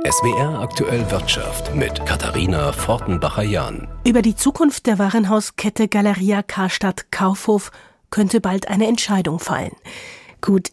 SWR Aktuell Wirtschaft mit Katharina Fortenbacher-Jahn. Über die Zukunft der Warenhauskette Galeria Karstadt Kaufhof könnte bald eine Entscheidung fallen. Gut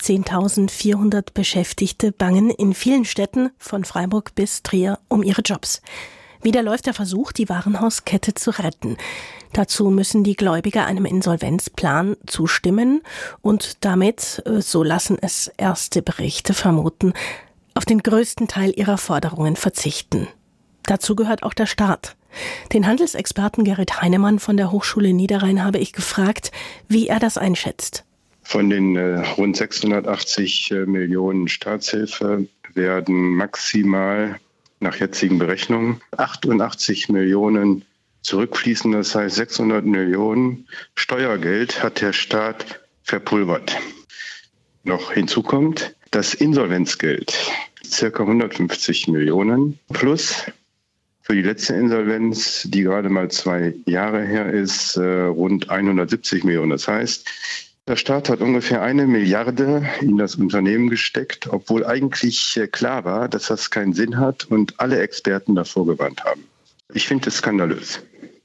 17.400 Beschäftigte bangen in vielen Städten von Freiburg bis Trier um ihre Jobs. Wieder läuft der Versuch, die Warenhauskette zu retten. Dazu müssen die Gläubiger einem Insolvenzplan zustimmen und damit, so lassen es erste Berichte vermuten, auf den größten Teil ihrer Forderungen verzichten. Dazu gehört auch der Staat. Den Handelsexperten Gerrit Heinemann von der Hochschule Niederrhein habe ich gefragt, wie er das einschätzt. Von den rund 680 Millionen Staatshilfe werden maximal nach jetzigen Berechnungen 88 Millionen zurückfließen. Das heißt, 600 Millionen Steuergeld hat der Staat verpulvert. Noch hinzu kommt das Insolvenzgeld, circa 150 Millionen, plus für die letzte Insolvenz, die gerade mal 2 Jahre her ist, rund 170 Millionen. Das heißt, der Staat hat ungefähr 1 Milliarde in das Unternehmen gesteckt, obwohl eigentlich klar war, dass das keinen Sinn hat und alle Experten davor gewarnt haben. Ich finde es skandalös.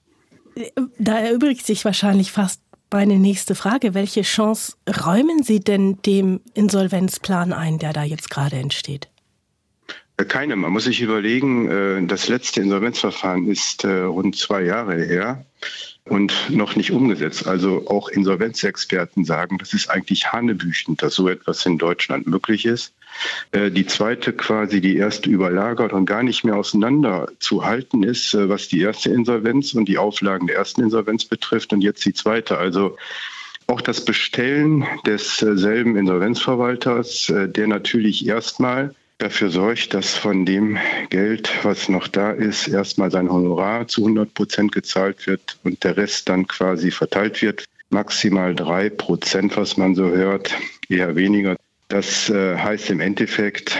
Da erübrigt sich wahrscheinlich fast meine nächste Frage. Welche Chance räumen Sie denn dem Insolvenzplan ein, der da jetzt gerade entsteht? Keine. Man muss sich überlegen, das letzte Insolvenzverfahren ist rund 2 Jahre her und noch nicht umgesetzt. Also auch Insolvenzexperten sagen, das ist eigentlich hanebüchend, dass so etwas in Deutschland möglich ist. Die zweite quasi die erste überlagert und gar nicht mehr auseinander zu halten ist, was die erste Insolvenz und die Auflagen der ersten Insolvenz betrifft und jetzt die zweite. Also auch das Bestellen desselben Insolvenzverwalters, der natürlich erstmal dafür sorgt, dass von dem Geld, was noch da ist, erstmal sein Honorar zu 100% gezahlt wird und der Rest dann quasi verteilt wird. Maximal 3%, was man so hört, eher weniger. Das heißt im Endeffekt,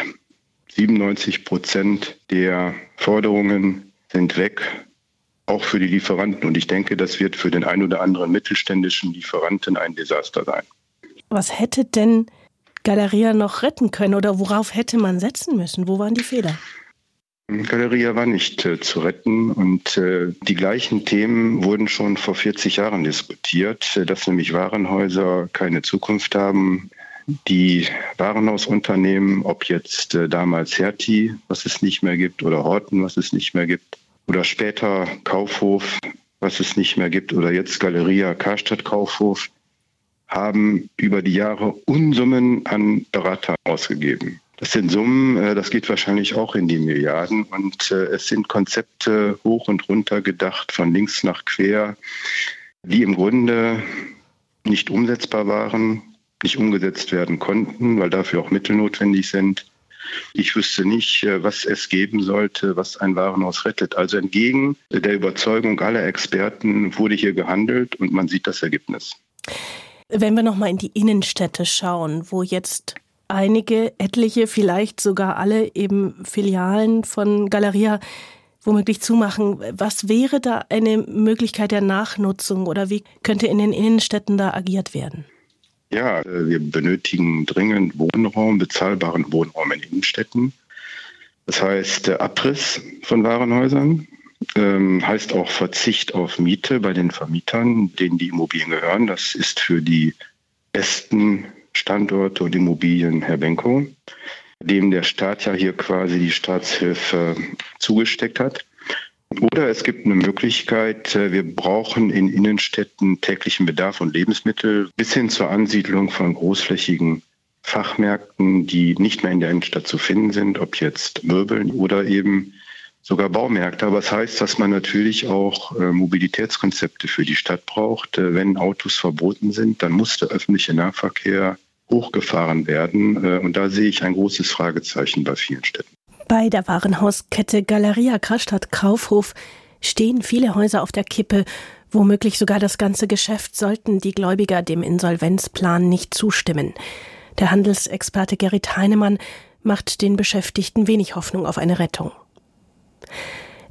97% der Forderungen sind weg, auch für die Lieferanten. Und ich denke, das wird für den ein oder anderen mittelständischen Lieferanten ein Desaster sein. Was hätte denn Galeria noch retten können oder worauf hätte man setzen müssen? Wo waren die Fehler? Galeria war nicht zu retten und die gleichen Themen wurden schon vor 40 Jahren diskutiert, dass nämlich Warenhäuser keine Zukunft haben. Die Warenhausunternehmen, ob jetzt damals Hertie, was es nicht mehr gibt, oder Horten, was es nicht mehr gibt, oder später Kaufhof, was es nicht mehr gibt, oder jetzt Galeria Karstadt Kaufhof, haben über die Jahre Unsummen an Beratern ausgegeben. Das sind Summen, das geht wahrscheinlich auch in die Milliarden und es sind Konzepte hoch und runter gedacht, von links nach quer, die im Grunde nicht umsetzbar waren, nicht umgesetzt werden konnten, weil dafür auch Mittel notwendig sind. Ich wüsste nicht, was es geben sollte, was ein Warenhaus rettet. Also entgegen der Überzeugung aller Experten wurde hier gehandelt und man sieht das Ergebnis. Wenn wir nochmal in die Innenstädte schauen, wo jetzt etliche, vielleicht sogar alle eben Filialen von Galeria womöglich zumachen, was wäre da eine Möglichkeit der Nachnutzung oder wie könnte in den Innenstädten da agiert werden? Ja, wir benötigen dringend Wohnraum, bezahlbaren Wohnraum in Innenstädten. Das heißt Abriss von Warenhäusern, heißt auch Verzicht auf Miete bei den Vermietern, denen die Immobilien gehören. Das ist für die besten Standorte und Immobilien Herr Benko, dem der Staat ja hier quasi die Staatshilfe zugesteckt hat. Oder es gibt eine Möglichkeit, wir brauchen in Innenstädten täglichen Bedarf und Lebensmittel bis hin zur Ansiedlung von großflächigen Fachmärkten, die nicht mehr in der Innenstadt zu finden sind, ob jetzt Möbeln oder eben sogar Baumärkte. Aber es heißt, dass man natürlich auch Mobilitätskonzepte für die Stadt braucht. Wenn Autos verboten sind, dann muss der öffentliche Nahverkehr hochgefahren werden. Und da sehe ich ein großes Fragezeichen bei vielen Städten. Bei der Warenhauskette Galeria Karstadt Kaufhof stehen viele Häuser auf der Kippe, womöglich sogar das ganze Geschäft, sollten die Gläubiger dem Insolvenzplan nicht zustimmen. Der Handelsexperte Gerrit Heinemann macht den Beschäftigten wenig Hoffnung auf eine Rettung.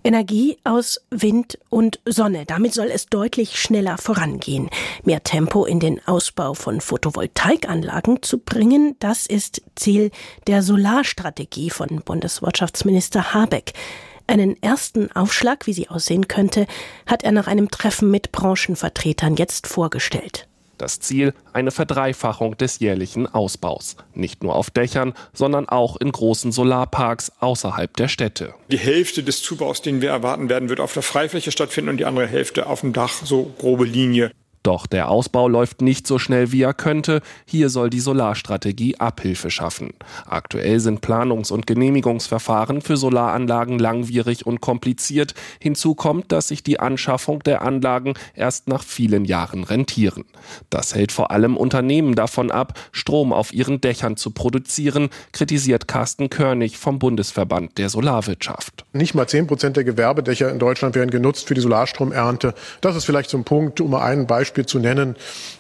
Energie aus Wind und Sonne. Damit soll es deutlich schneller vorangehen. Mehr Tempo in den Ausbau von Photovoltaikanlagen zu bringen, das ist Ziel der Solarstrategie von Bundeswirtschaftsminister Habeck. Einen ersten Aufschlag, wie sie aussehen könnte, hat er nach einem Treffen mit Branchenvertretern jetzt vorgestellt. Das Ziel, eine Verdreifachung des jährlichen Ausbaus. Nicht nur auf Dächern, sondern auch in großen Solarparks außerhalb der Städte. Die Hälfte des Zubaus, den wir erwarten werden, wird auf der Freifläche stattfinden und die andere Hälfte auf dem Dach, so grobe Linie. Doch der Ausbau läuft nicht so schnell, wie er könnte. Hier soll die Solarstrategie Abhilfe schaffen. Aktuell sind Planungs- und Genehmigungsverfahren für Solaranlagen langwierig und kompliziert. Hinzu kommt, dass sich die Anschaffung der Anlagen erst nach vielen Jahren rentieren. Das hält vor allem Unternehmen davon ab, Strom auf ihren Dächern zu produzieren, kritisiert Carsten Körnig vom Bundesverband der Solarwirtschaft. Nicht mal 10% der Gewerbedächer in Deutschland werden genutzt für die Solarstromernte. Das ist vielleicht so ein Punkt, um ein Beispiel zu nennen,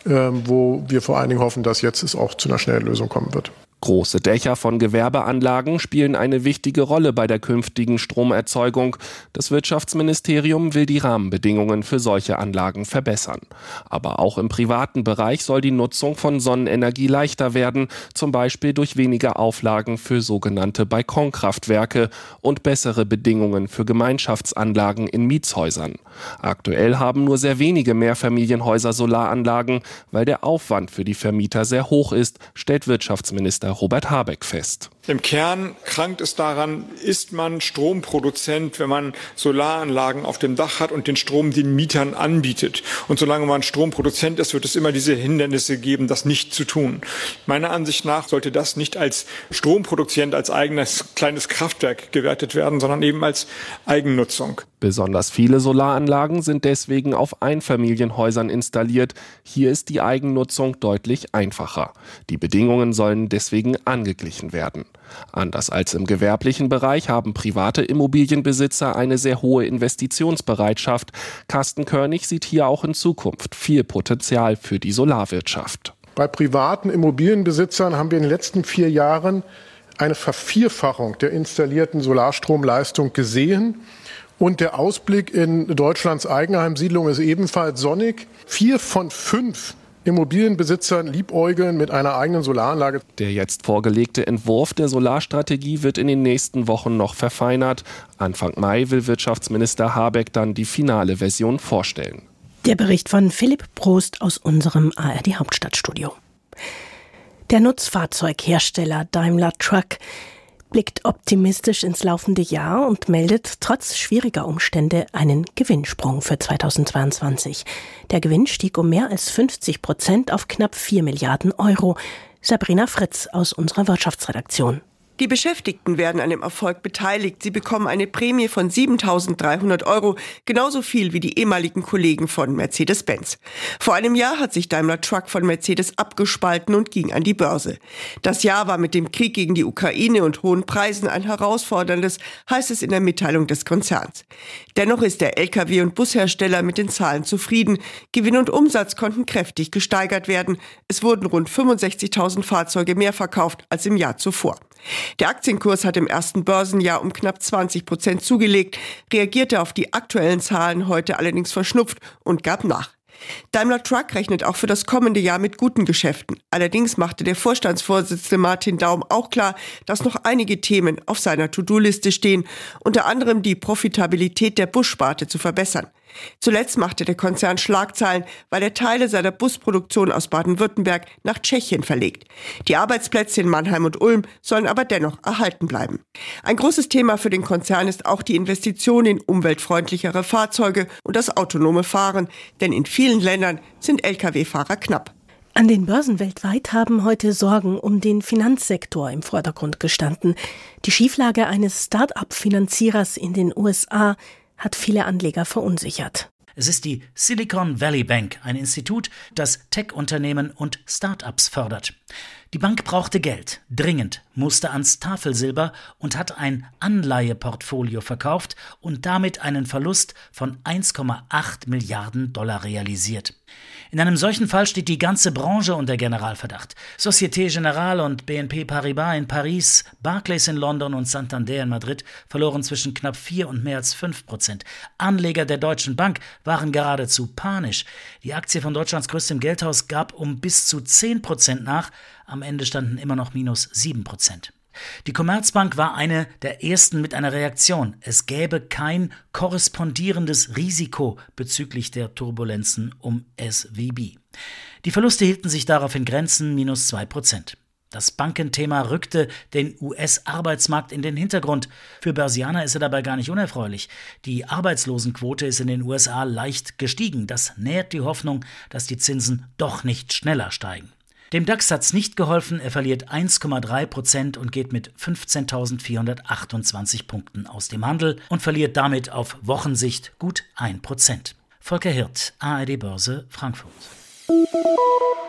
wo wir vor allen Dingen hoffen, dass jetzt es auch zu einer schnellen Lösung kommen wird. Große Dächer von Gewerbeanlagen spielen eine wichtige Rolle bei der künftigen Stromerzeugung. Das Wirtschaftsministerium will die Rahmenbedingungen für solche Anlagen verbessern. Aber auch im privaten Bereich soll die Nutzung von Sonnenenergie leichter werden, zum Beispiel durch weniger Auflagen für sogenannte Balkonkraftwerke und bessere Bedingungen für Gemeinschaftsanlagen in Mietshäusern. Aktuell haben nur sehr wenige Mehrfamilienhäuser Solaranlagen, weil der Aufwand für die Vermieter sehr hoch ist, stellt Wirtschaftsminister Robert Habeck fest. Im Kern krankt es daran, ist man Stromproduzent, wenn man Solaranlagen auf dem Dach hat und den Strom den Mietern anbietet. Und solange man Stromproduzent ist, wird es immer diese Hindernisse geben, das nicht zu tun. Meiner Ansicht nach sollte das nicht als Stromproduzent, als eigenes kleines Kraftwerk gewertet werden, sondern eben als Eigennutzung. Besonders viele Solaranlagen sind deswegen auf Einfamilienhäusern installiert. Hier ist die Eigennutzung deutlich einfacher. Die Bedingungen sollen deswegen angeglichen werden. Anders als im gewerblichen Bereich haben private Immobilienbesitzer eine sehr hohe Investitionsbereitschaft. Carsten Körnig sieht hier auch in Zukunft viel Potenzial für die Solarwirtschaft. Bei privaten Immobilienbesitzern haben wir in den letzten 4 Jahren eine Vervierfachung der installierten Solarstromleistung gesehen. Und der Ausblick in Deutschlands Eigenheimsiedlung ist ebenfalls sonnig. 4 von 5 Immobilienbesitzern liebäugeln mit einer eigenen Solaranlage. Der jetzt vorgelegte Entwurf der Solarstrategie wird in den nächsten Wochen noch verfeinert. Anfang Mai will Wirtschaftsminister Habeck dann die finale Version vorstellen. Der Bericht von Philipp Prost aus unserem ARD Hauptstadtstudio. Der Nutzfahrzeughersteller Daimler Truck blickt optimistisch ins laufende Jahr und meldet trotz schwieriger Umstände einen Gewinnsprung für 2022. Der Gewinn stieg um mehr als 50% auf knapp 4 Milliarden Euro. Sabrina Fritz aus unserer Wirtschaftsredaktion. Die Beschäftigten werden an dem Erfolg beteiligt. Sie bekommen eine Prämie von 7.300 Euro, genauso viel wie die ehemaligen Kollegen von Mercedes-Benz. Vor einem Jahr hat sich Daimler Truck von Mercedes abgespalten und ging an die Börse. Das Jahr war mit dem Krieg gegen die Ukraine und hohen Preisen ein herausforderndes, heißt es in der Mitteilung des Konzerns. Dennoch ist der Lkw- und Bushersteller mit den Zahlen zufrieden. Gewinn und Umsatz konnten kräftig gesteigert werden. Es wurden rund 65.000 Fahrzeuge mehr verkauft als im Jahr zuvor. Der Aktienkurs hat im ersten Börsenjahr um knapp 20% zugelegt, reagierte auf die aktuellen Zahlen heute allerdings verschnupft und gab nach. Daimler Truck rechnet auch für das kommende Jahr mit guten Geschäften. Allerdings machte der Vorstandsvorsitzende Martin Daum auch klar, dass noch einige Themen auf seiner To-Do-Liste stehen, unter anderem die Profitabilität der Bussparte zu verbessern. Zuletzt machte der Konzern Schlagzeilen, weil er Teile seiner Busproduktion aus Baden-Württemberg nach Tschechien verlegt. Die Arbeitsplätze in Mannheim und Ulm sollen aber dennoch erhalten bleiben. Ein großes Thema für den Konzern ist auch die Investition in umweltfreundlichere Fahrzeuge und das autonome Fahren, denn in vielen Ländern sind Lkw-Fahrer knapp. An den Börsen weltweit haben heute Sorgen um den Finanzsektor im Vordergrund gestanden. Die Schieflage eines Start-up-Finanzierers in den USA hat viele Anleger verunsichert. Es ist die Silicon Valley Bank, ein Institut, das Tech-Unternehmen und Start-ups fördert. Die Bank brauchte Geld, dringend, musste ans Tafelsilber und hat ein Anleiheportfolio verkauft und damit einen Verlust von 1,8 Milliarden Dollar realisiert. In einem solchen Fall steht die ganze Branche unter Generalverdacht. Société Générale und BNP Paribas in Paris, Barclays in London und Santander in Madrid verloren zwischen knapp 4 und mehr als 5%. Anleger der Deutschen Bank waren geradezu panisch. Die Aktie von Deutschlands größtem Geldhaus gab um bis zu 10% nach. Am Ende standen immer noch minus 7%. Die Commerzbank war eine der ersten mit einer Reaktion. Es gäbe kein korrespondierendes Risiko bezüglich der Turbulenzen um SVB. Die Verluste hielten sich darauf in Grenzen, minus 2%. Das Bankenthema rückte den US-Arbeitsmarkt in den Hintergrund. Für Börsianer ist er dabei gar nicht unerfreulich. Die Arbeitslosenquote ist in den USA leicht gestiegen. Das nährt die Hoffnung, dass die Zinsen doch nicht schneller steigen. Dem DAX hat's nicht geholfen, er verliert 1,3% und geht mit 15.428 Punkten aus dem Handel und verliert damit auf Wochensicht gut 1%. Volker Hirt, ARD Börse, Frankfurt.